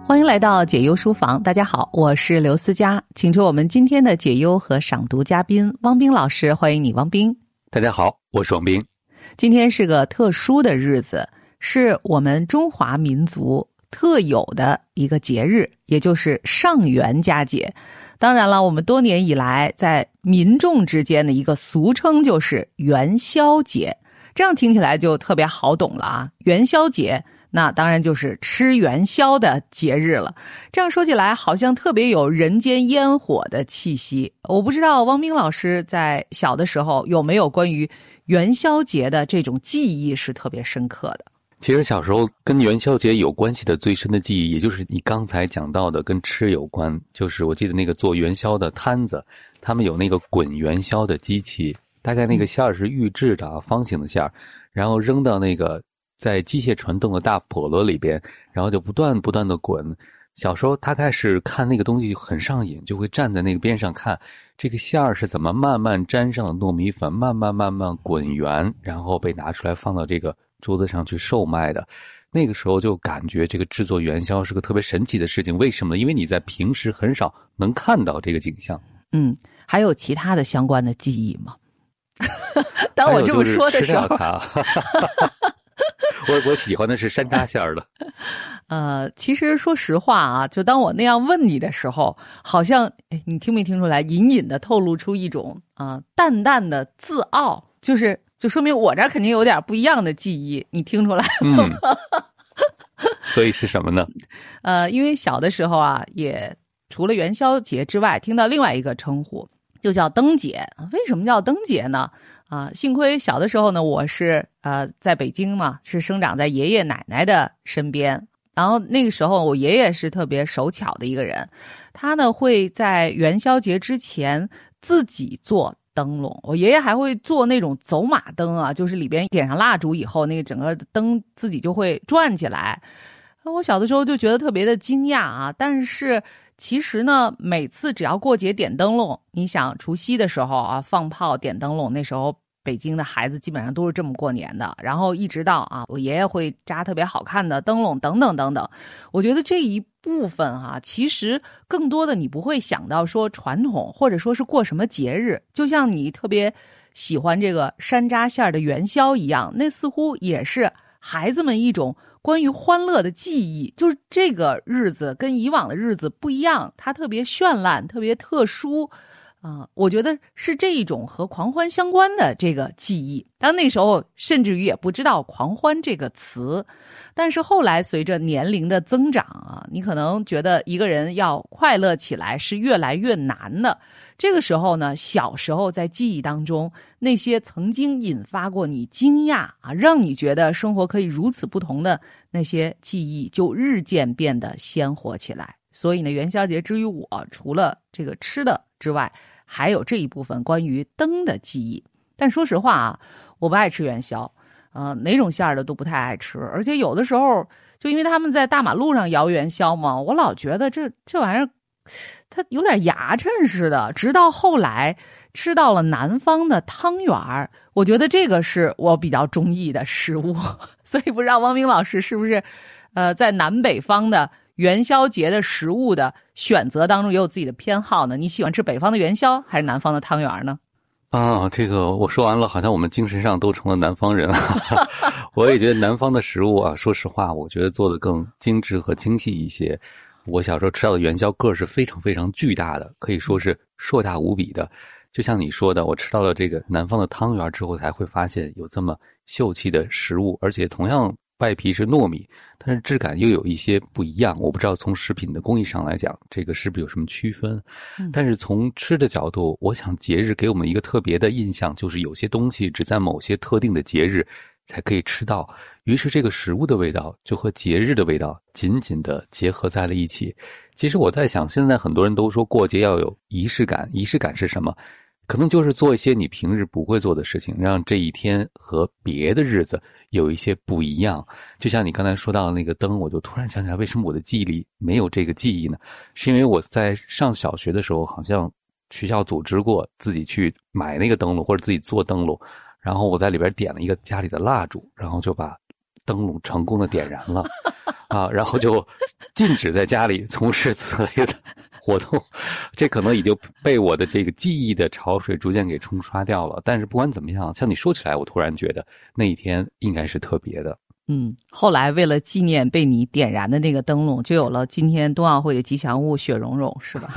欢迎来到解忧书房，大家好，我是刘思佳，请出我们今天的解忧和赏读嘉宾汪冰老师，欢迎你，汪冰。 大家好，我是汪冰。 今天是个特殊的日子，是我们中华民族特有的一个节日，也就是上元佳节。当然了，我们多年以来在民众之间的一个俗称就是元宵节，这样听起来就特别好懂了啊。元宵节那当然就是吃元宵的节日了。这样说起来好像特别有人间烟火的气息。我不知道汪冰老师在小的时候有没有关于元宵节的这种记忆是特别深刻的。 其实小时候跟元宵节有关系的最深的记忆，也就是你刚才讲到的跟吃有关，就是我记得那个做元宵的摊子，他们有那个滚元宵的机器，大概那个馅儿是预制的方形的馅儿，然后扔到那个在机械传动的大笸箩里边，然后就不断的滚。小时候大概是看那个东西很上瘾，就会站在那个边上看这个馅儿是怎么慢慢沾上了糯米粉，慢慢滚圆，然后被拿出来放到这个桌子上去售卖的。那个时候就感觉这个制作元宵是个特别神奇的事情。为什么呢？因为你在平时很少能看到这个景象。 还有其他的相关的记忆吗？当我这么说的时候， 我喜欢的是山楂馅儿的。 其实说实话啊，就当我那样问你的时候，好像你听没听出来，隐隐的透露出一种淡淡的自傲，就说明我这肯定有点不一样的记忆，你听出来了吗？ 所以是什么呢？ 因为小的时候啊，也除了元宵节之外，听到另外一个称呼，就叫灯节。为什么叫灯节呢？幸亏小的时候呢，我是在北京嘛，是生长在爷爷奶奶的身边。然后那个时候我爷爷是特别手巧的一个人，他呢会在元宵节之前自己做灯笼。我爷爷还会做那种走马灯啊，就是里边点上蜡烛以后，那个整个灯自己就会转起来。我小的时候就觉得特别的惊讶啊，但是其实呢，每次只要过节点灯笼，你想除夕的时候啊放炮点灯笼，那时候北京的孩子基本上都是这么过年的，然后一直到我爷爷会扎特别好看的灯笼等等等等。我觉得这一部分其实更多的你不会想到说传统，或者说是过什么节日，就像你特别喜欢这个山楂馅的元宵一样，那似乎也是孩子们一种关于欢乐的记忆，就是这个日子跟以往的日子不一样，它特别绚烂，特别特殊。我觉得是这一种和狂欢相关的这个记忆。当那时候甚至于也不知道狂欢这个词，但是后来随着年龄的增长你可能觉得一个人要快乐起来是越来越难的。这个时候呢，小时候在记忆当中那些曾经引发过你惊讶让你觉得生活可以如此不同的那些记忆，就日渐变得鲜活起来。所以呢，元宵节之于我，除了这个吃的之外，还有这一部分关于灯的记忆。但说实话我不爱吃元宵，哪种馅儿的都不太爱吃，而且有的时候就因为他们在大马路上摇元宵嘛，我老觉得这玩意儿它有点牙碜似的。直到后来吃到了南方的汤圆儿，我觉得这个是我比较中意的食物。所以不知道汪冰老师是不是在南北方的元宵节的食物的选择当中也有自己的偏好呢？你喜欢吃北方的元宵还是南方的汤圆呢？ 这个我说完了，好像我们精神上都成了南方人了。我也觉得南方的食物说实话，我觉得做得更精致和精细一些。我小时候吃到的元宵个是非常非常巨大的，可以说是硕大无比的。就像你说的，我吃到了这个南方的汤圆之后，才会发现有这么秀气的食物，而且同样外皮是糯米，但是质感又有一些不一样。我不知道从食品的工艺上来讲，这个是不是有什么区分？但是从吃的角度，我想节日给我们一个特别的印象，就是有些东西只在某些特定的节日才可以吃到，于是这个食物的味道就和节日的味道紧紧地结合在了一起。其实我在想，现在很多人都说过节要有仪式感，仪式感是什么？可能就是做一些你平日不会做的事情，让这一天和别的日子有一些不一样。就像你刚才说到的那个灯，我就突然想起来，为什么我的记忆里没有这个记忆呢？是因为我在上小学的时候，好像学校组织过自己去买那个灯笼，或者自己做灯笼，然后我在里边点了一个家里的蜡烛，然后就把灯笼成功的点燃了。 啊，然后就禁止在家里从事此类的活动，这可能已经被我的这个记忆的潮水逐渐给冲刷掉了。但是不管怎么样，像你说起来，我突然觉得那一天应该是特别的。 后来为了纪念被你点燃的那个灯笼，就有了今天冬奥会的吉祥物雪融融，是吧？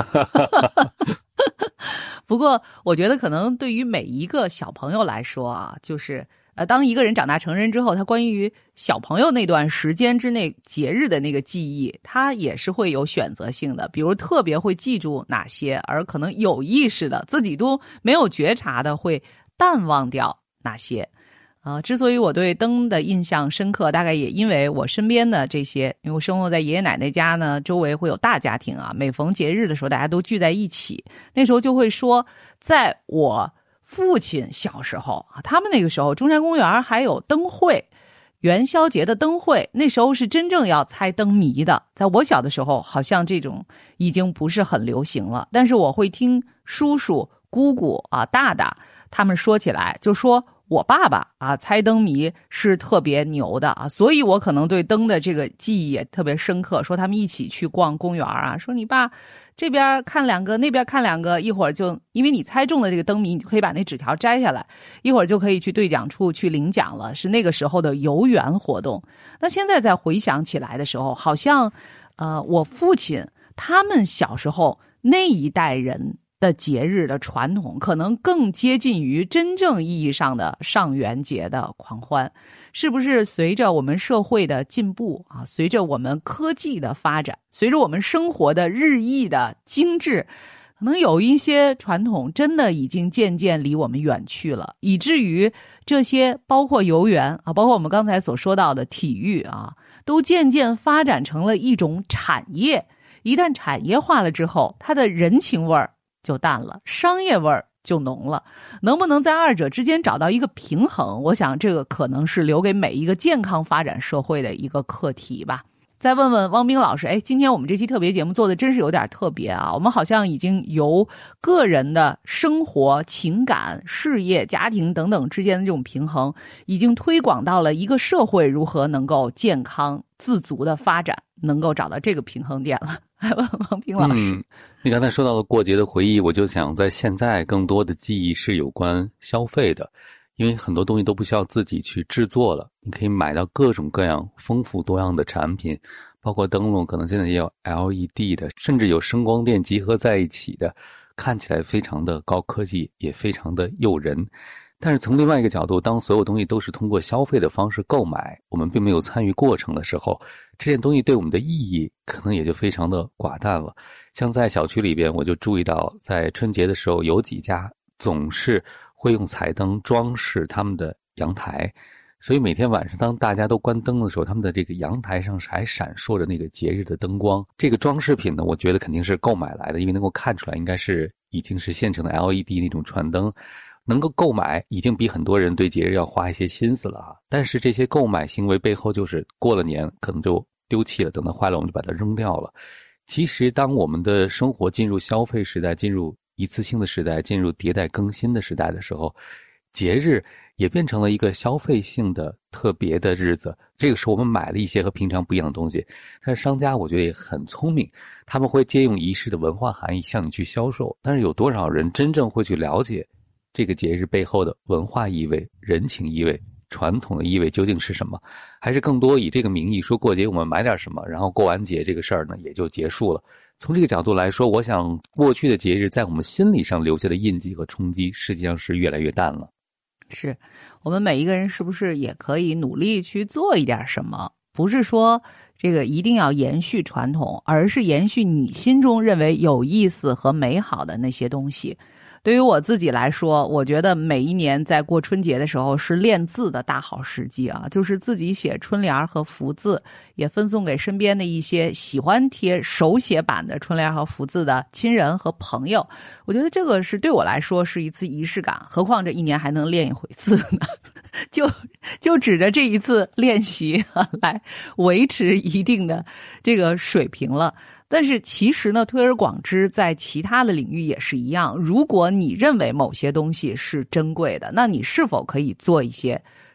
不过我觉得可能对于每一个小朋友来说啊，就是当一个人长大成人之后，他关于小朋友那段时间之内节日的那个记忆，他也是会有选择性的，比如特别会记住哪些，而可能有意识的自己都没有觉察的会淡忘掉哪些。之所以我对灯的印象深刻，大概也因为我身边的这些，因为我生活在爷爷奶奶家呢，周围会有大家庭啊，每逢节日的时候大家都聚在一起，那时候就会说，在我父亲小时候啊，他们那个时候中山公园还有灯会，元宵节的灯会，那时候是真正要猜灯谜的。在我小的时候，好像这种已经不是很流行了，但是我会听叔叔、姑姑啊、大大他们说起来，就说我爸爸啊猜灯谜是特别牛的啊，所以我可能对灯的这个记忆也特别深刻。说他们一起去逛公园啊，说你爸这边看两个，那边看两个，一会儿就因为你猜中的这个灯谜，你就可以把那纸条摘下来，一会儿就可以去兑奖处去领奖了，是那个时候的游园活动。那现在再回想起来的时候，好像我父亲他们小时候那一代人的节日的传统可能更接近于真正意义上的上元节的狂欢。是不是随着我们社会的进步啊，随着我们科技的发展，随着我们生活的日益的精致，可能有一些传统真的已经渐渐离我们远去了，以至于这些包括游园啊，包括我们刚才所说到的体育啊，都渐渐发展成了一种产业。一旦产业化了之后，它的人情味儿就淡了，商业味儿就浓了。能不能在二者之间找到一个平衡，我想这个可能是留给每一个健康发展社会的一个课题吧。再问问汪冰老师，今天我们这期特别节目做的真是有点特别啊！我们好像已经由个人的生活、情感、事业、家庭等等之间的这种平衡，已经推广到了一个社会如何能够健康自足的发展，能够找到这个平衡点了。来问汪冰老师。 你刚才说到了过节的回忆，我就想在现在更多的记忆是有关消费的。因为很多东西都不需要自己去制作了，你可以买到各种各样丰富多样的产品，包括灯笼，可能现在也有 LED 的，甚至有声光电集合在一起的，看起来非常的高科技，也非常的诱人。但是从另外一个角度，当所有东西都是通过消费的方式购买，我们并没有参与过程的时候，这件东西对我们的意义可能也就非常的寡淡了。像在小区里边，我就注意到在春节的时候，有几家总是会用彩灯装饰他们的阳台，所以每天晚上当大家都关灯的时候，他们的这个阳台上还闪烁着那个节日的灯光。这个装饰品呢，我觉得肯定是购买来的，因为能够看出来应该是已经是现成的 LED 那种传灯，能够购买已经比很多人对节日要花一些心思了啊。但是这些购买行为背后就是过了年可能就丢弃了，等它坏了我们就把它扔掉了。其实当我们的生活进入消费时代，进入一次性的时代，进入迭代更新的时代的时候，节日也变成了一个消费性的特别的日子。这个时候我们买了一些和平常不一样的东西，但是商家我觉得也很聪明，他们会借用仪式的文化含义向你去销售，但是有多少人真正会去了解这个节日背后的文化意味、人情意味、传统的意味究竟是什么？还是更多以这个名义说过节我们买点什么，然后过完节这个事儿呢也就结束了。从这个角度来说，我想过去的节日在我们心理上留下的印记和冲击实际上是越来越淡了。 是我们每一个人是不是也可以努力去做一点什么？不是说这个一定要延续传统，而是延续你心中认为有意思和美好的那些东西。对于我自己来说，我觉得每一年在过春节的时候是练字的大好时机啊，就是自己写春联和福字，也分送给身边的一些喜欢贴手写版的春联和福字的亲人和朋友。我觉得这个是对我来说是一次仪式感，何况这一年还能练一回字呢，就指着这一次练习来维持一定的这个水平了。但是其实呢，推而广之，在其他的领域也是一样。如果你认为某些东西是珍贵的，那你是否可以做一些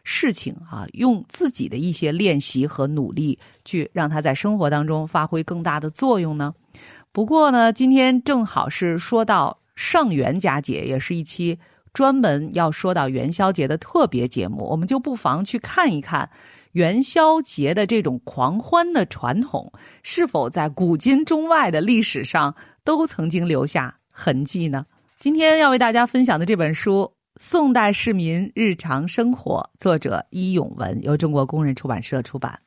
事情啊，用自己的一些练习和努力去让它在生活当中发挥更大的作用呢？不过呢，今天正好是说到上元佳节，也是一期专门要说到元宵节的特别节目，我们就不妨去看一看元宵节的这种狂欢的传统，是否在古今中外的历史上都曾经留下痕迹呢？今天要为大家分享的这本书《宋代市民日常生活》，作者伊永文，由中国工人出版社出版。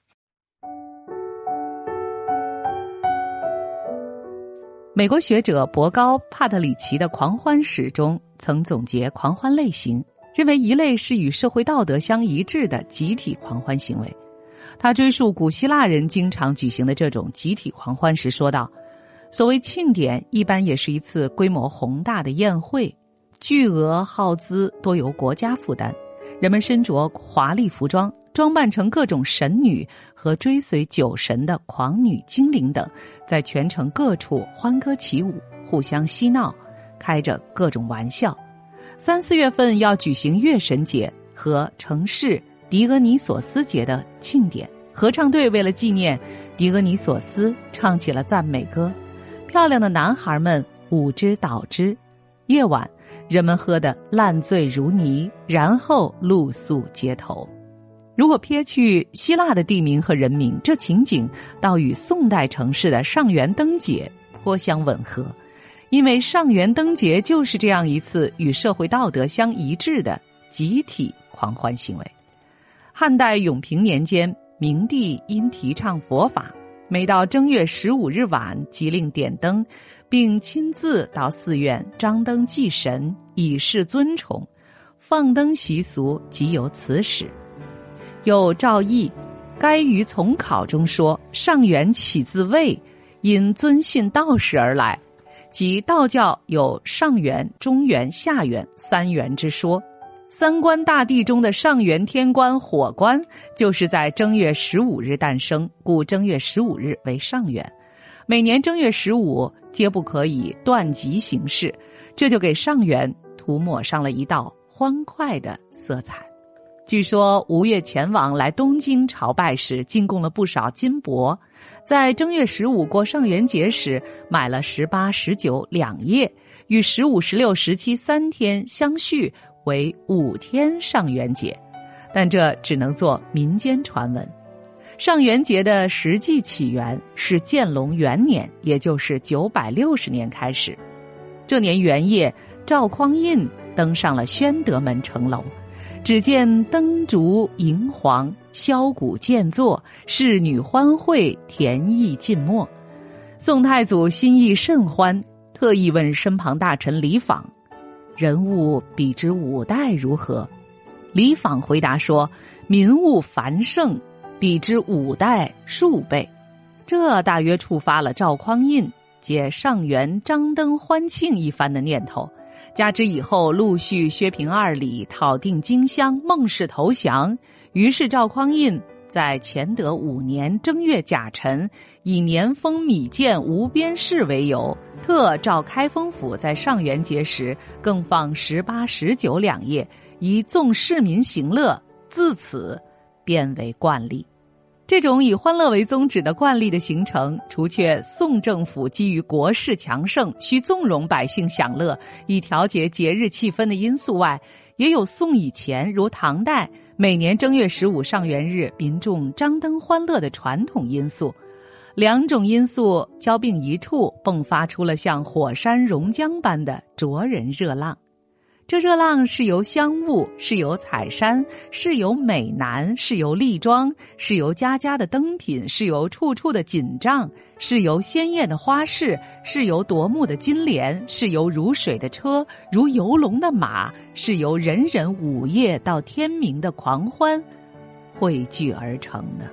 美国学者博高·帕特里奇的狂欢史中曾总结狂欢类型，认为一类是与社会道德相一致的集体狂欢行为。他追溯古希腊人经常举行的这种集体狂欢时说道，所谓庆典一般也是一次规模宏大的宴会，巨额耗资多由国家负担，人们身着华丽服装，装扮成各种神女和追随酒神的狂女精灵等，在全城各处欢歌起舞，互相嬉闹，开着各种玩笑。3、4月份要举行月神节和城市狄俄尼索斯节的庆典，合唱队为了纪念狄俄尼索斯唱起了赞美歌，漂亮的男孩们舞之蹈之。夜晚人们喝得烂醉如泥，然后露宿街头。如果撇去希腊的地名和人名，这情景倒与宋代城市的上元灯节颇相吻合，因为上元灯节就是这样一次与社会道德相一致的集体狂欢行为。汉代永平年间，明帝因提倡佛法，每到正月15日晚即令点灯，并亲自到寺院张灯祭神，以示尊崇。放灯习俗即由此始。有赵翼该于从考中说，上元起自魏，因尊信道士而来，即道教有上元、中元、下元3元之说。三官大帝中的上元天官火官就是在正月15日诞生，故正月15日为上元。每年正月15皆不可以断极行事，这就给上元涂抹上了一道欢快的色彩。据说吴越前王来东京朝拜时进贡了不少金帛，在正月15过上元节时买了18、19两夜，与15、16、17 3天相续为5天上元节，但这只能做民间传闻。上元节的实际起源是建隆元年，也就是960年开始。这年元夜，赵匡胤登上了宣德门城楼，只见灯烛荧黄，箫鼓健作，侍女欢会，田意尽没。宋太祖心意甚欢，特意问身旁大臣李昉，人物比之5代如何？李昉回答说，民物繁盛，比之5代数倍。这大约触发了赵匡胤借上元张灯欢庆一番的念头，加之以后陆续薛平2里讨定荆襄，孟氏投降，于是赵匡胤在乾德5年正月甲辰，以年丰米贱无边事为由，特召开封府在上元节时更放18、19两夜，以纵市民行乐，自此变为惯例。这种以欢乐为宗旨的惯例的形成，除却宋政府基于国势强盛，需纵容百姓享乐，以调节节日气氛的因素外，也有宋以前如唐代每年正月15上元日民众张灯欢乐的传统因素。2种因素交并一处，迸发出了像火山熔浆般的灼人热浪。这热浪是由香雾，是由采山，是由美男，是由丽妆，是由家家的灯品，是由处处的锦帐，是由鲜艳的花市，是由夺目的金莲，是由如水的车，如游龙的马，是由人人午夜到天明的狂欢汇聚而成的。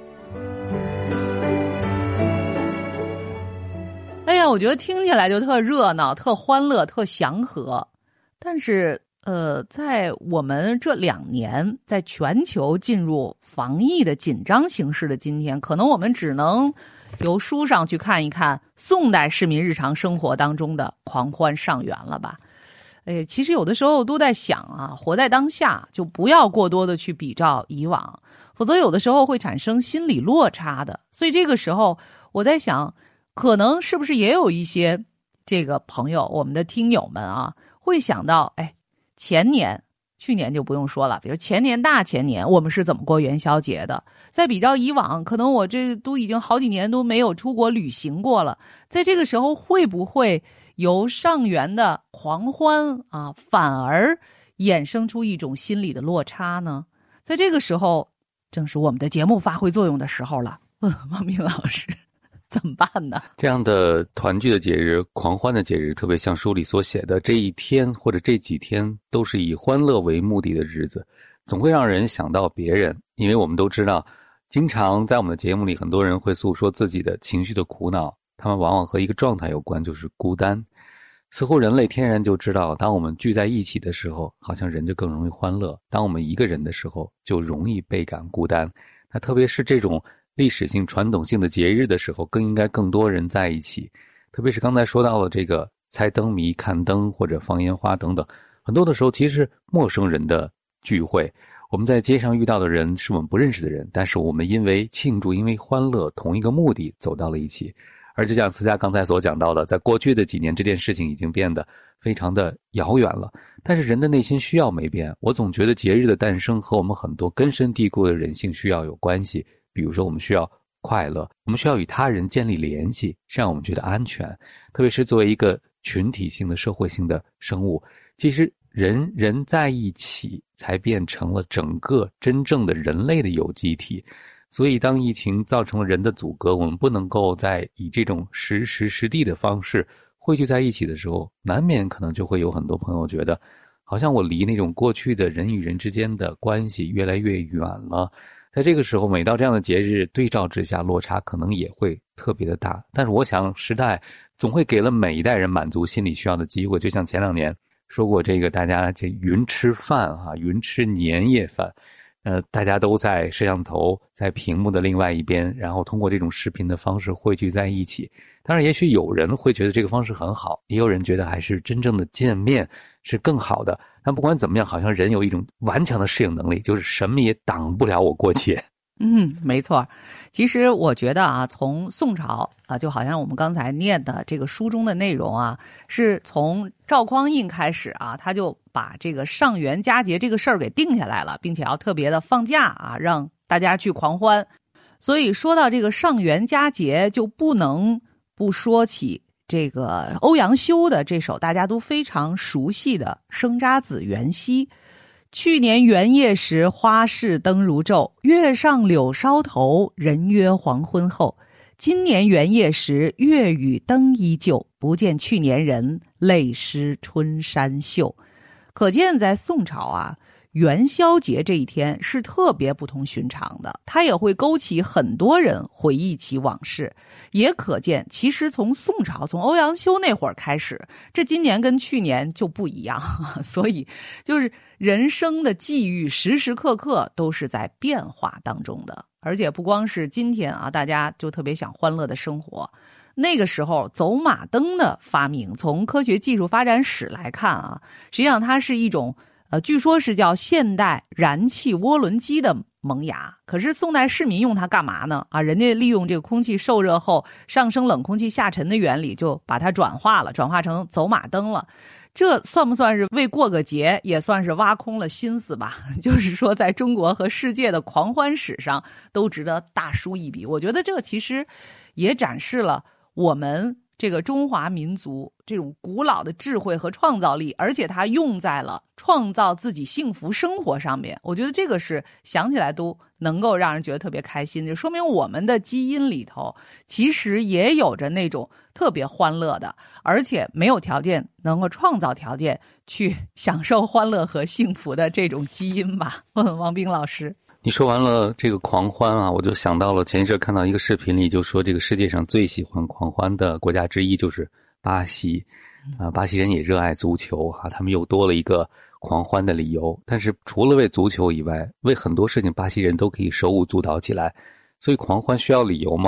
哎呀，我觉得听起来就特热闹，特欢乐，特祥和。但是在我们这2年在全球进入防疫的紧张形势的今天，可能我们只能由书上去看一看宋代市民日常生活当中的狂欢上元了吧。 其实有的时候都在想啊，活在当下，就不要过多的去比照以往，否则有的时候会产生心理落差的。所以这个时候我在想，可能是不是也有一些这个朋友，我们的听友们啊，会想到，前年、去年就不用说了，比如前年、大前年我们是怎么过元宵节的，再比照以往，可能我这都已经好几年都没有出国旅行过了，在这个时候会不会由上元的狂欢啊，反而衍生出一种心理的落差呢？在这个时候正是我们的节目发挥作用的时候了。问王明老师怎么办呢？ 这样的团聚的节日、狂欢的节日，特别像书里所写的这一天或者这几天都是以欢乐为目的的日子，总会让人想到别人。因为我们都知道，经常在我们的节目里，很多人会诉说自己的情绪的苦恼，他们往往和一个状态有关，就是孤单。似乎人类天然就知道，当我们聚在一起的时候，好像人就更容易欢乐，当我们一个人的时候，就容易倍感孤单。那特别是这种历史性、传统性的节日的时候，更应该更多人在一起。特别是刚才说到了这个猜灯谜、看灯或者放烟花等等，很多的时候其实是陌生人的聚会。我们在街上遇到的人是我们不认识的人，但是我们因为庆祝、因为欢乐，同一个目的走到了一起。而就像慈家刚才所讲到的，在过去的几年，这件事情已经变得非常的遥远了。但是人的内心需要没变，我总觉得节日的诞生和我们很多根深蒂固的人性需要有关系。比如说我们需要快乐，我们需要与他人建立联系，让我们觉得安全。特别是作为一个群体性的社会性的生物，其实人在一起才变成了整个真正的人类的有机体。所以当疫情造成了人的阻隔，我们不能够再以这种实时实地的方式汇聚在一起的时候，难免可能就会有很多朋友觉得，好像我离那种过去的人与人之间的关系越来越远了。在这个时候，每到这样的节日对照之下，落差可能也会特别的大。但是我想时代总会给了每一代人满足心理需要的机会，就像前2年说过，这个大家这云吃饭啊，云吃年夜饭，大家都在摄像头在屏幕的另外一边，然后通过这种视频的方式汇聚在一起。当然也许有人会觉得这个方式很好，也有人觉得还是真正的见面是更好的。但不管怎么样，好像人有一种顽强的适应能力，就是什么也挡不了我过节。 没错。其实我觉得啊，从宋朝啊，就好像我们刚才念的这个书中的内容啊，是从赵匡胤开始啊，他就把这个上元佳节这个事儿给定下来了，并且要特别的放假啊，让大家去狂欢。所以说到这个上元佳节，就不能不说起这个欧阳修的这首大家都非常熟悉的《生查子·元夕》。去年元夜时，花市灯如昼，月上柳梢头，人约黄昏后。今年元夜时，月与灯依旧，不见去年人，泪湿春衫袖。可见在宋朝啊，元宵节这一天是特别不同寻常的，它也会勾起很多人回忆起往事。也可见其实从宋朝，从欧阳修那会儿开始，这今年跟去年就不一样，所以就是人生的际遇时时刻刻都是在变化当中的。而且不光是今天啊，大家就特别想欢乐的生活，那个时候走马灯的发明，从科学技术发展史来看啊，实际上它是一种据说是叫现代燃气涡轮机的萌芽。可是宋代市民用它干嘛呢？人家利用这个空气受热后上升冷空气下沉的原理，就把它转化成走马灯了。这算不算是为过个节，也算是挖空了心思吧？就是说在中国和世界的狂欢史上都值得大书一笔。我觉得这其实也展示了我们这个中华民族这种古老的智慧和创造力，而且它用在了创造自己幸福生活上面。我觉得这个是想起来都能够让人觉得特别开心，就说明我们的基因里头其实也有着那种特别欢乐的，而且没有条件能够创造条件去享受欢乐和幸福的这种基因吧。问问王冰老师。 你说完了这个狂欢啊，我就想到了前一阵看到一个视频里就说，这个世界上最喜欢狂欢的国家之一就是巴西巴西人也热爱足球啊，他们又多了一个狂欢的理由。但是除了为足球以外，为很多事情巴西人都可以手舞足蹈起来。所以狂欢需要理由吗？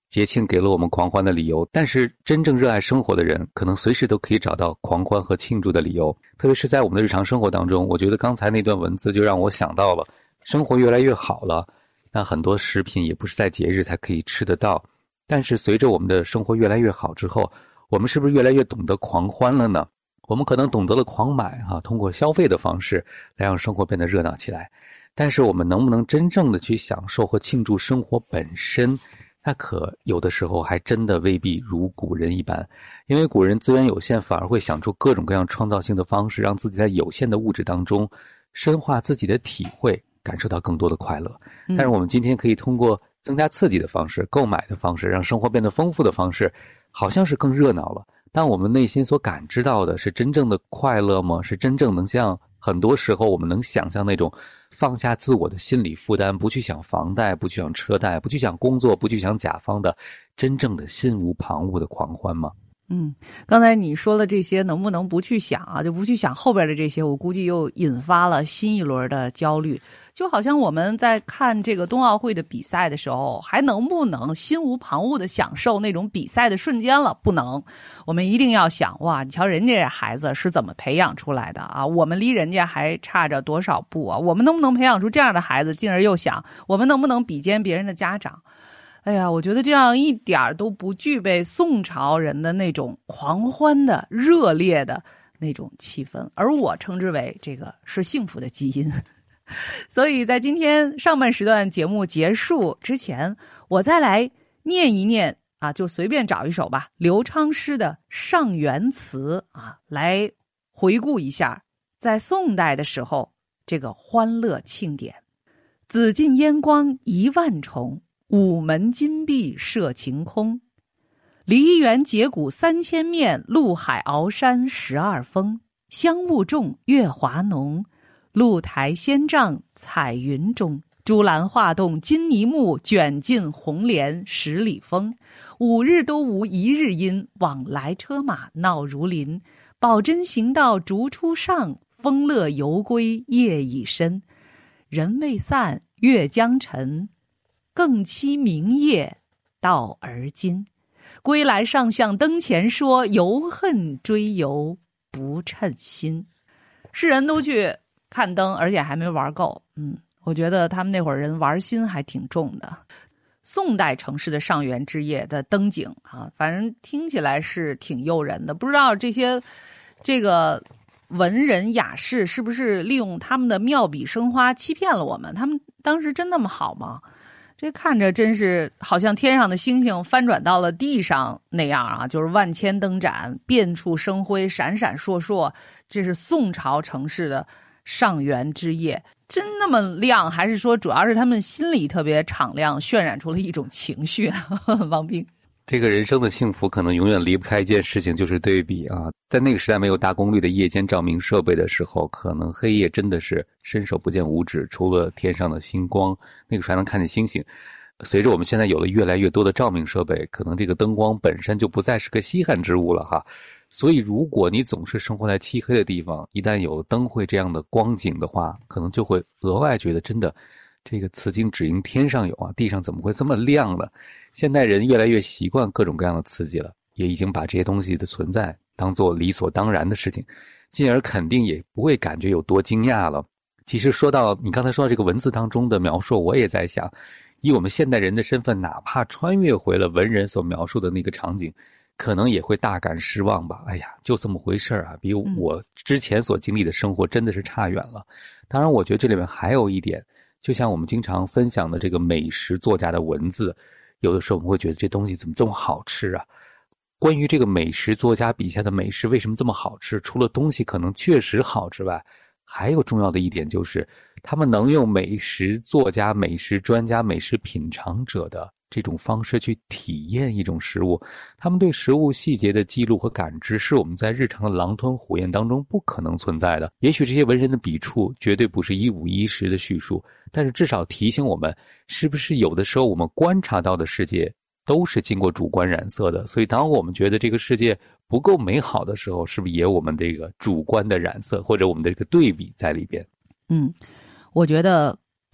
节庆给了我们狂欢的理由，但是真正热爱生活的人，可能随时都可以找到狂欢和庆祝的理由。特别是在我们的日常生活当中，我觉得刚才那段文字就让我想到了，生活越来越好了，那很多食品也不是在节日才可以吃得到。但是随着我们的生活越来越好之后，我们是不是越来越懂得狂欢了呢？我们可能懂得了狂买通过消费的方式来让生活变得热闹起来。但是我们能不能真正的去享受和庆祝生活本身，那可有的时候还真的未必如古人一般。因为古人资源有限，反而会想出各种各样创造性的方式，让自己在有限的物质当中深化自己的体会，感受到更多的快乐。但是我们今天可以通过增加刺激的方式、购买的方式，让生活变得丰富的方式，好像是更热闹了。但我们内心所感知到的是真正的快乐吗？是真正能像很多时候我们能想象那种放下自我的心理负担，不去想房贷，不去想车贷，不去想工作，不去想甲方的真正的心无旁骛的狂欢吗？ 刚才你说了这些，能不能不去想啊？就不去想后边的这些，我估计又引发了新一轮的焦虑。就好像我们在看这个冬奥会的比赛的时候，还能不能心无旁骛的享受那种比赛的瞬间了？不能。我们一定要想，哇，你瞧人家孩子是怎么培养出来的啊？我们离人家还差着多少步啊？我们能不能培养出这样的孩子？进而又想，我们能不能比肩别人的家长？哎呀，我觉得这样一点都不具备宋朝人的那种狂欢的、热烈的那种气氛，而我称之为这个是幸福的基因。所以在今天上半时段节目结束之前，我再来念一念就随便找一首吧，刘昌诗的《上元词》来回顾一下在宋代的时候这个欢乐庆典。紫禁烟光10000重，午门金碧射晴空。梨园节鼓3000面，陆海鳌山12峰。香雾重，月华浓，露台仙帐彩云中。朱兰画栋金泥木，卷进红莲10里风。5日都无1日阴，往来车马闹如林。宝珍行到烛初上，风乐犹归夜已深。人未散，月将沉，更期明夜到而今。归来上相灯前说，犹恨追游不称心。世人都去看灯，而且还没玩够。我觉得他们那会儿人玩心还挺重的。宋代城市的上元之夜的灯景反正听起来是挺诱人的。不知道这个文人雅士是不是利用他们的妙笔生花欺骗了我们？他们当时真那么好吗？这看着真是好像天上的星星翻转到了地上那样就是万千灯盏，遍处生辉，闪闪烁烁。这是宋朝城市的上元之夜，真那么亮？还是说主要是他们心里特别敞亮，渲染出了一种情绪王斌， 这个人生的幸福可能永远离不开一件事情，就是对比在那个时代没有大功率的夜间照明设备的时候，可能黑夜真的是伸手不见五指，除了天上的星光，那个时候还能看见星星。随着我们现在有了越来越多的照明设备，可能这个灯光本身就不再是个稀罕之物了所以如果你总是生活在漆黑的地方，一旦有了灯会这样的光景的话，可能就会额外觉得真的这个此景只应天上有地上怎么会这么亮呢？现代人越来越习惯各种各样的刺激了，也已经把这些东西的存在当作理所当然的事情，进而肯定也不会感觉有多惊讶了。其实说到你刚才说到这个文字当中的描述，我也在想，以我们现代人的身份，哪怕穿越回了文人所描述的那个场景，可能也会大感失望吧。哎呀，就这么回事比我之前所经历的生活真的是差远了。当然我觉得这里面还有一点，就像我们经常分享的这个美食作家的文字，有的时候我们会觉得这东西怎么这么好吃关于这个美食作家笔下的美食为什么这么好吃，除了东西可能确实好之外，还有重要的一点就是他们能用美食作家、美食专家、美食品尝者的这种方式去体验一种食物，他们对食物细节的记录和感知是我们在日常的狼吞虎咽当中不可能存在的。也许这些文人的笔触绝对不是一五一十的叙述，但是至少提醒我们，是不是有的时候我们观察到的世界都是经过主观染色的。所以当我们觉得这个世界不够美好的时候，是不是也有我们这个主观的染色或者我们的这个对比在里边？ 我觉得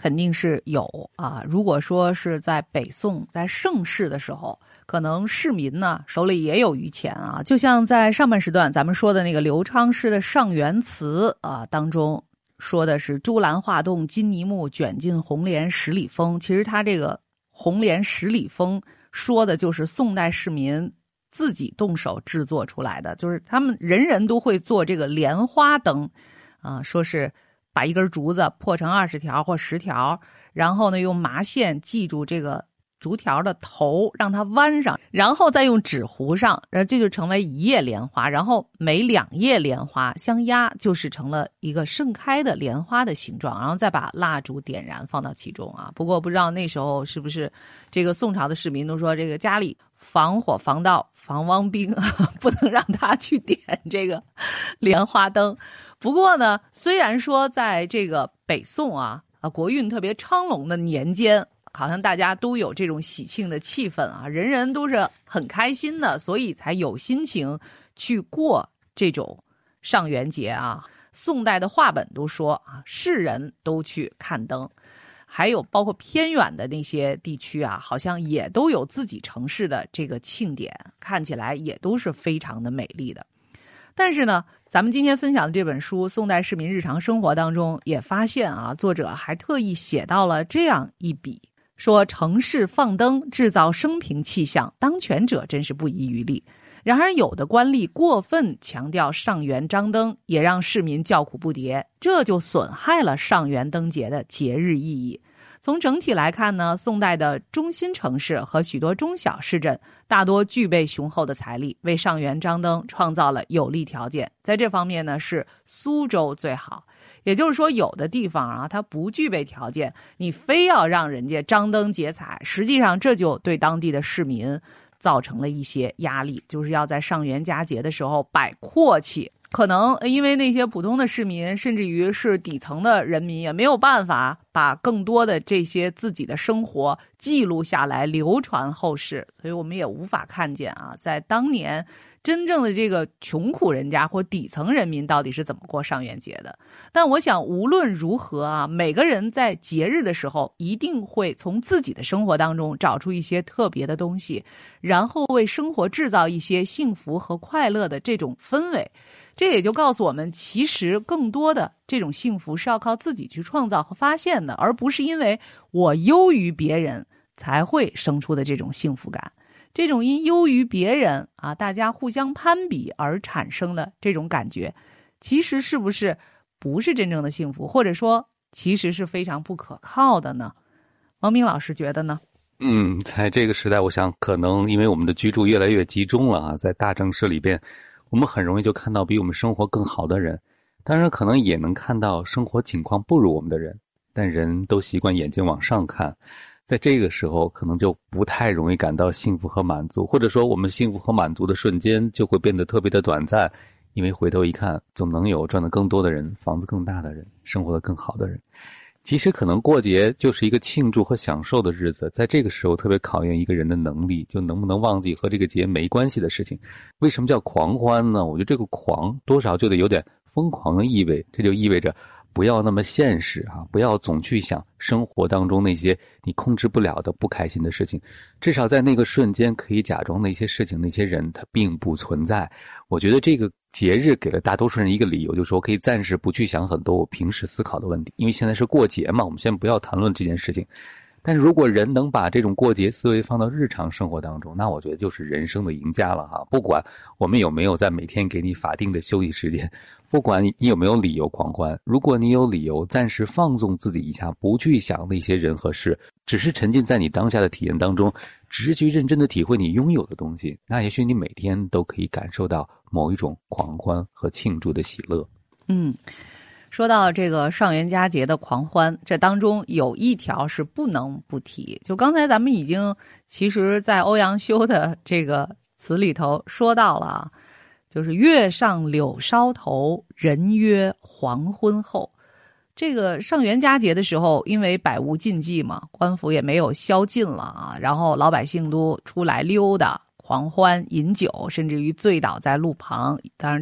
肯定是有啊。如果说是在北宋在盛世的时候，可能市民呢手里也有余钱啊。就像在上半时段咱们说的那个刘昌诗的《上元词》啊当中说的是朱兰画栋金泥木，卷进红莲十里风。其实他这个红莲十里风说的就是宋代市民自己动手制作出来的，就是他们人人都会做这个莲花灯啊，说是把一根竹子破成20条或10条，然后呢用麻线系住这个竹条的头，让它弯上，然后再用纸糊上，这就成为一叶莲花，然后每2叶莲花相压，就是成了一个盛开的莲花的形状，然后再把蜡烛点燃放到其中啊。不过不知道那时候是不是这个宋朝的市民都说这个家里防火防盗防汪兵不能让他去点这个莲花灯。不过呢，虽然说在这个北宋国运特别昌隆的年间，好像大家都有这种喜庆的气氛啊，人人都是很开心的，所以才有心情去过这种上元节啊。宋代的话本都说啊，世人都去看灯。还有包括偏远的那些地区啊，好像也都有自己城市的这个庆典，看起来也都是非常的美丽的。但是呢，咱们今天分享的这本书《宋代市民日常生活》当中也发现啊，作者还特意写到了这样一笔，说城市放灯制造生平气象，当权者真是不遗余力。然而有的官吏过分强调上元张灯，也让市民叫苦不迭，这就损害了上元灯节的节日意义。从整体来看呢，宋代的中心城市和许多中小市镇大多具备雄厚的财力，为上元张灯创造了有利条件。在这方面呢，是苏州最好。也就是说，有的地方啊，它不具备条件，你非要让人家张灯结彩，实际上这就对当地的市民造成了一些压力，就是要在上元佳节的时候摆阔气。可能因为那些普通的市民，甚至于是底层的人民，也没有办法把更多的这些自己的生活记录下来，流传后世，所以我们也无法看见啊，在当年真正的这个穷苦人家或底层人民到底是怎么过上元节的。但我想无论如何啊，每个人在节日的时候一定会从自己的生活当中找出一些特别的东西，然后为生活制造一些幸福和快乐的这种氛围。这也就告诉我们，其实更多的这种幸福是要靠自己去创造和发现的，而不是因为我优于别人才会生出的这种幸福感。这种因优于别人啊，大家互相攀比而产生的这种感觉，其实是不是不是真正的幸福，或者说其实是非常不可靠的呢？王明老师觉得呢？ 在这个时代，我想可能因为我们的居住越来越集中了啊，在大城市里边，我们很容易就看到比我们生活更好的人，当然可能也能看到生活情况不如我们的人，但人都习惯眼睛往上看，在这个时候可能就不太容易感到幸福和满足，或者说我们幸福和满足的瞬间就会变得特别的短暂，因为回头一看，总能有赚得更多的人，房子更大的人，生活得更好的人。其实可能过节就是一个庆祝和享受的日子，在这个时候特别考验一个人的能力，就能不能忘记和这个节没关系的事情。为什么叫狂欢呢？我觉得这个狂多少就得有点疯狂的意味，这就意味着不要那么现实啊，不要总去想生活当中那些你控制不了的不开心的事情，至少在那个瞬间可以假装那些事情那些人它并不存在。我觉得这个节日给了大多数人一个理由，就是说可以暂时不去想很多我平时思考的问题，因为现在是过节嘛，我们先不要谈论这件事情。但是如果人能把这种过节思维放到日常生活当中，那我觉得就是人生的赢家了哈。不管我们有没有在每天给你法定的休息时间，不管你有没有理由狂欢，如果你有理由暂时放纵自己一下，不去想那些人和事，只是沉浸在你当下的体验当中，只是去认真的体会你拥有的东西，那也许你每天都可以感受到某一种狂欢和庆祝的喜乐。 说到这个上元佳节的狂欢，这当中有一条是不能不提，就刚才咱们已经其实在欧阳修的这个词里头说到了啊，就是月上柳梢头，人约黄昏后。这个上元佳节的时候，因为百无禁忌嘛，官府也没有宵禁了啊，然后老百姓都出来溜达狂欢饮酒，甚至于醉倒在路旁，当然这个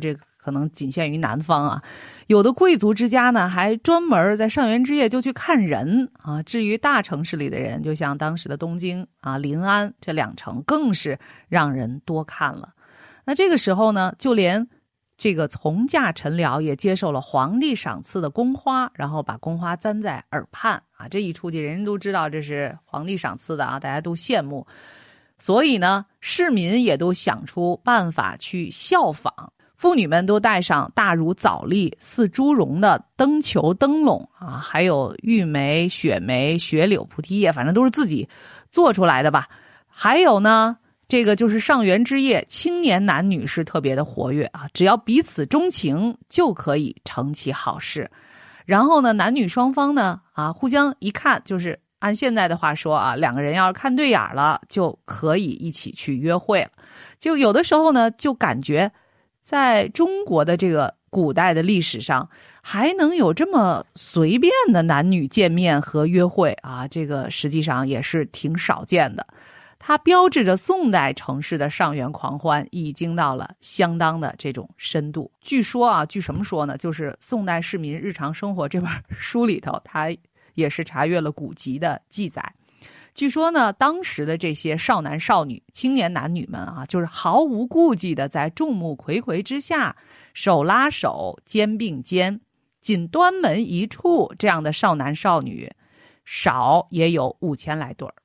可能仅限于南方啊。有的贵族之家呢，还专门在上元之夜就去看人啊。至于大城市里的人，就像当时的东京啊、临安这2城，更是让人多看了。那这个时候呢，就连这个从驾臣僚也接受了皇帝赏赐的宫花，然后把宫花簪在耳畔啊。这一出去，人人都知道这是皇帝赏赐的啊，大家都羡慕。所以呢，市民也都想出办法去效仿。妇女们都带上大如枣粒、似猪绒的灯球、灯笼啊，还有玉梅、雪梅、雪柳、菩提叶，反正都是自己做出来的吧。还有呢，这个就是上元之夜，青年男女是特别的活跃啊，只要彼此钟情就可以成其好事。然后呢，男女双方呢互相一看，就是按现在的话说啊，2个人要是看对眼了，就可以一起去约会了。就有的时候呢，就感觉在中国的这个古代的历史上，还能有这么随便的男女见面和约会啊，这个实际上也是挺少见的。它标志着宋代城市的上元狂欢已经到了相当的这种深度。据说啊，据什么说呢？就是宋代市民日常生活这本书里头，它也是查阅了古籍的记载。据说呢，当时的这些少男少女、青年男女们啊，就是毫无顾忌的在众目睽睽之下，手拉手、肩并肩，仅端门一处，这样的少男少女，少也有5000来对儿。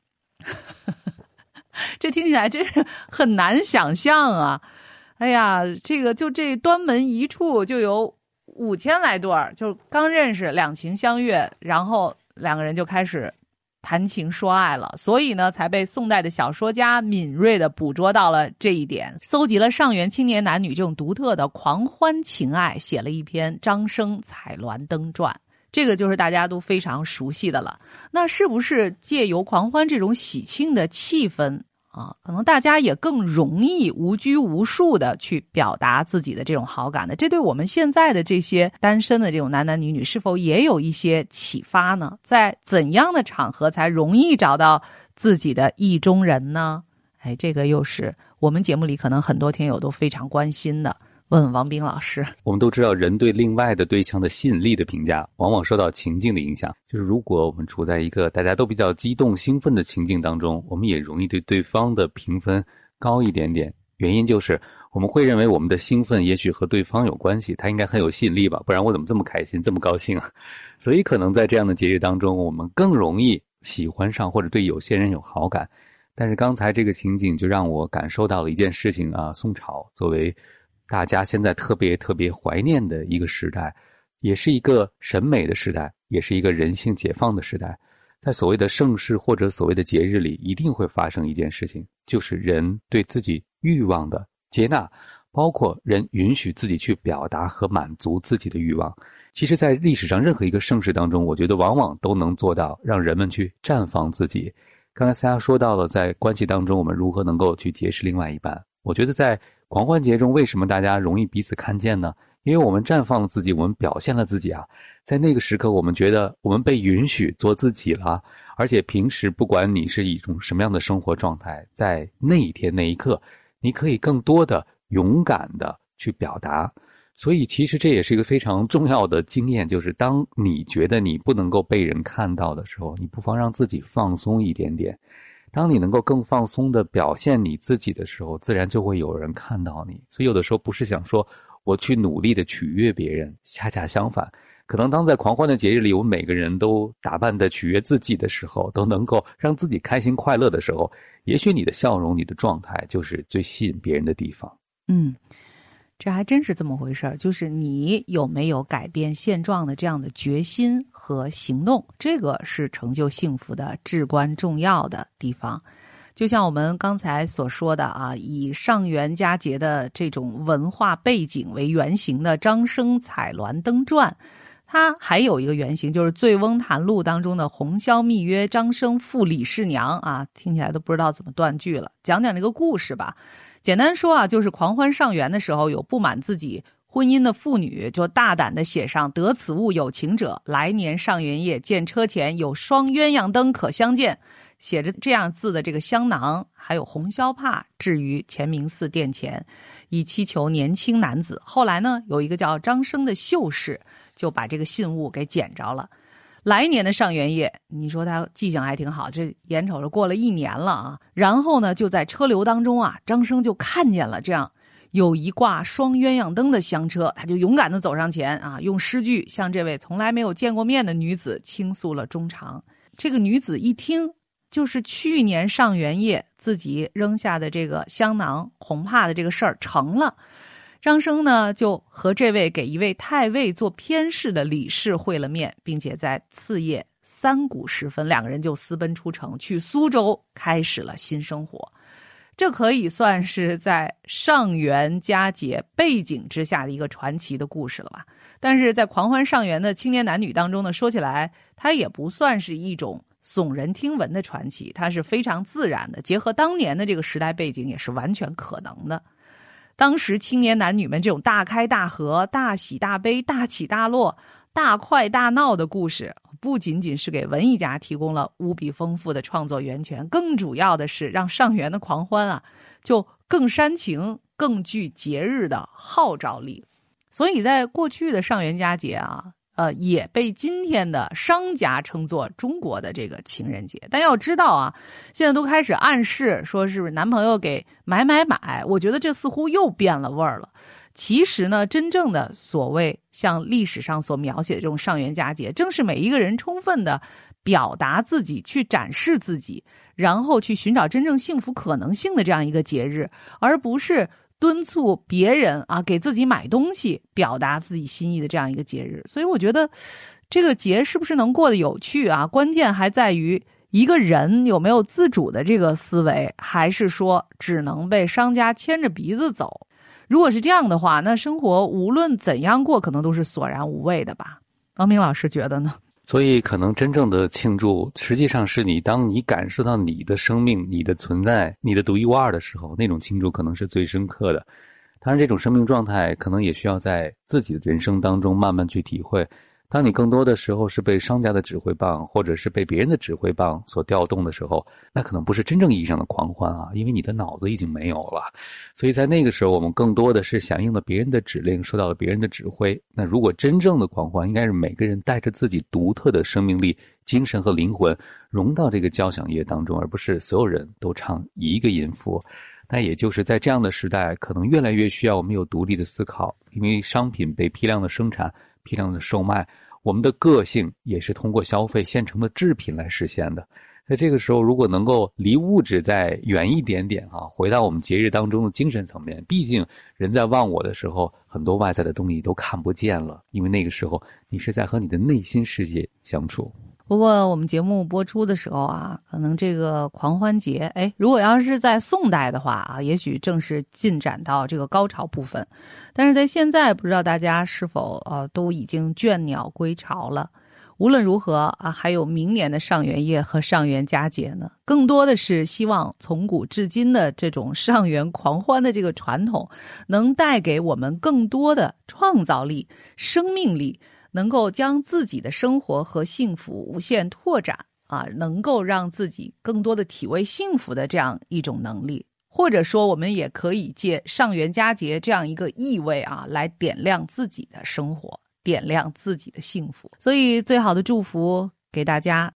这听起来真是很难想象啊！哎呀，这端门一处就有5000来对儿，就刚认识两情相悦，然后2个人就开始谈情说爱了。所以呢，才被宋代的小说家敏锐地捕捉到了这一点，搜集了上元青年男女这种独特的狂欢情爱，写了一篇《张生采鸾灯传》。这个就是大家都非常熟悉的了。那是不是借由狂欢这种喜庆的气氛啊，可能大家也更容易无拘无束的去表达自己的这种好感的？这对我们现在的这些单身的这种男男女女是否也有一些启发呢？在怎样的场合才容易找到自己的意中人呢？哎，这个又是我们节目里可能很多听友都非常关心的。问问王斌老师。 我们都知道，人对另外的对象的吸引力的评价往往受到情境的影响，就是如果我们处在一个大家都比较激动兴奋的情境当中，我们也容易对对方的评分高一点点。原因就是我们会认为我们的兴奋也许和对方有关系，他应该很有吸引力吧，不然我怎么这么开心这么高兴啊？所以可能在这样的节日当中，我们更容易喜欢上或者对有些人有好感。但是刚才这个情景就让我感受到了一件事情啊，宋朝作为大家现在特别怀念的一个时代，也是一个审美的时代，也是一个人性解放的时代。在所谓的盛世或者所谓的节日里，一定会发生一件事情，就是人对自己欲望的接纳，包括人允许自己去表达和满足自己的欲望。其实在历史上任何一个盛世当中，我觉得往往都能做到让人们去绽放自己。刚才大家说到了在关系当中我们如何能够去结识另外一半，我觉得在狂欢节中为什么大家容易彼此看见呢？因为我们绽放了自己，我们表现了自己啊，在那个时刻我们觉得我们被允许做自己了。而且平时不管你是一种什么样的生活状态，在那一天那一刻你可以更多的勇敢的去表达。所以其实这也是一个非常重要的经验，就是当你觉得你不能够被人看到的时候，你不妨让自己放松一点点。当你能够更放松的表现你自己的时候，自然就会有人看到你。所以有的时候不是想说我去努力的取悦别人，恰恰相反，可能当在狂欢的节日里，我们每个人都打扮的取悦自己的时候，都能够让自己开心快乐的时候，也许你的笑容，你的状态就是最吸引别人的地方。 这还真是这么回事儿，就是你有没有改变现状的这样的决心和行动，这个是成就幸福的至关重要的地方。就像我们刚才所说的啊，以上元佳节的这种文化背景为原型的《张生采鸾灯传》，它还有一个原型，就是《醉翁谈录》当中的红绡密约张生赴李氏娘啊，听起来都不知道怎么断句了。讲讲这个故事吧。简单说啊，就是狂欢上元的时候，有不满自己婚姻的妇女就大胆地写上得此物有情者，来年上元夜见车前有双鸳鸯灯可相见。 写着这样字的这个香囊还有红绡帕置于乾明寺殿前，以祈求年轻男子。后来呢，有一个叫张生的秀士就把这个信物给捡着了。来年的上元夜，你说他记性还挺好，这眼瞅着过了1年了啊。然后呢，就在车流当中啊，张生就看见了这样有一挂双鸳鸯灯的香车，他就勇敢地走上前啊，用诗句向这位从来没有见过面的女子倾诉了衷肠。这个女子一听，就是去年上元夜自己扔下的这个香囊红帕的这个事儿成了。张生呢，就和这位给一位太尉做偏侍的李氏会了面，并且在次夜3鼓时分，两个人就私奔出城，去苏州开始了新生活。这可以算是在上元佳节背景之下的一个传奇的故事了吧。但是在狂欢上元的青年男女当中呢，说起来它也不算是一种耸人听闻的传奇，它是非常自然的，结合当年的这个时代背景也是完全可能的。当时青年男女们这种大开大合、大喜大悲、大起大落、大快大闹的故事，不仅仅是给文艺家提供了无比丰富的创作源泉，更主要的是让上元的狂欢啊，就更煽情、更具节日的号召力。所以在过去的上元佳节啊，也被今天的商家称作中国的这个情人节。但要知道啊，现在都开始暗示说是不是男朋友给买，我觉得这似乎又变了味儿了。其实呢，真正的所谓像历史上所描写的这种上元佳节，正是每一个人充分的表达自己，去展示自己，然后去寻找真正幸福可能性的这样一个节日，而不是敦促别人啊给自己买东西表达自己心意的这样一个节日。所以我觉得这个节是不是能过得有趣啊，关键还在于一个人有没有自主的这个思维，还是说只能被商家牵着鼻子走。如果是这样的话，那生活无论怎样过可能都是索然无味的吧。王明老师觉得呢？ 所以可能真正的庆祝实际上是当你感受到你的生命、你的存在、你的独一无二的时候，那种庆祝可能是最深刻的。当然这种生命状态可能也需要在自己的人生当中慢慢去体会。当你更多的时候是被商家的指挥棒或者是被别人的指挥棒所调动的时候，那可能不是真正意义上的狂欢啊，因为你的脑子已经没有了。所以在那个时候我们更多的是响应了别人的指令，受到了别人的指挥。那如果真正的狂欢，应该是每个人带着自己独特的生命力、精神和灵魂融到这个交响乐当中，而不是所有人都唱一个音符。但也就是在这样的时代，可能越来越需要我们有独立的思考，因为商品被批量的生产、批量的售卖，我们的个性也是通过消费现成的制品来实现的。在这个时候，如果能够离物质再远一点点啊，回到我们节日当中的精神层面，毕竟人在忘我的时候，很多外在的东西都看不见了，因为那个时候你是在和你的内心世界相处。 不过我们节目播出的时候啊，可能这个狂欢节，如果要是在宋代的话啊，也许正是进展到这个高潮部分。但是在现在，不知道大家是否都已经倦鸟归巢了。无论如何啊，还有明年的上元夜和上元佳节呢，更多的是希望从古至今的这种上元狂欢的这个传统，能带给我们更多的创造力、生命力，能够将自己的生活和幸福无限拓展啊，能够让自己更多的体味幸福的这样一种能力。或者说我们也可以借上元佳节这样一个意味啊，来点亮自己的生活，点亮自己的幸福。所以最好的祝福给大家，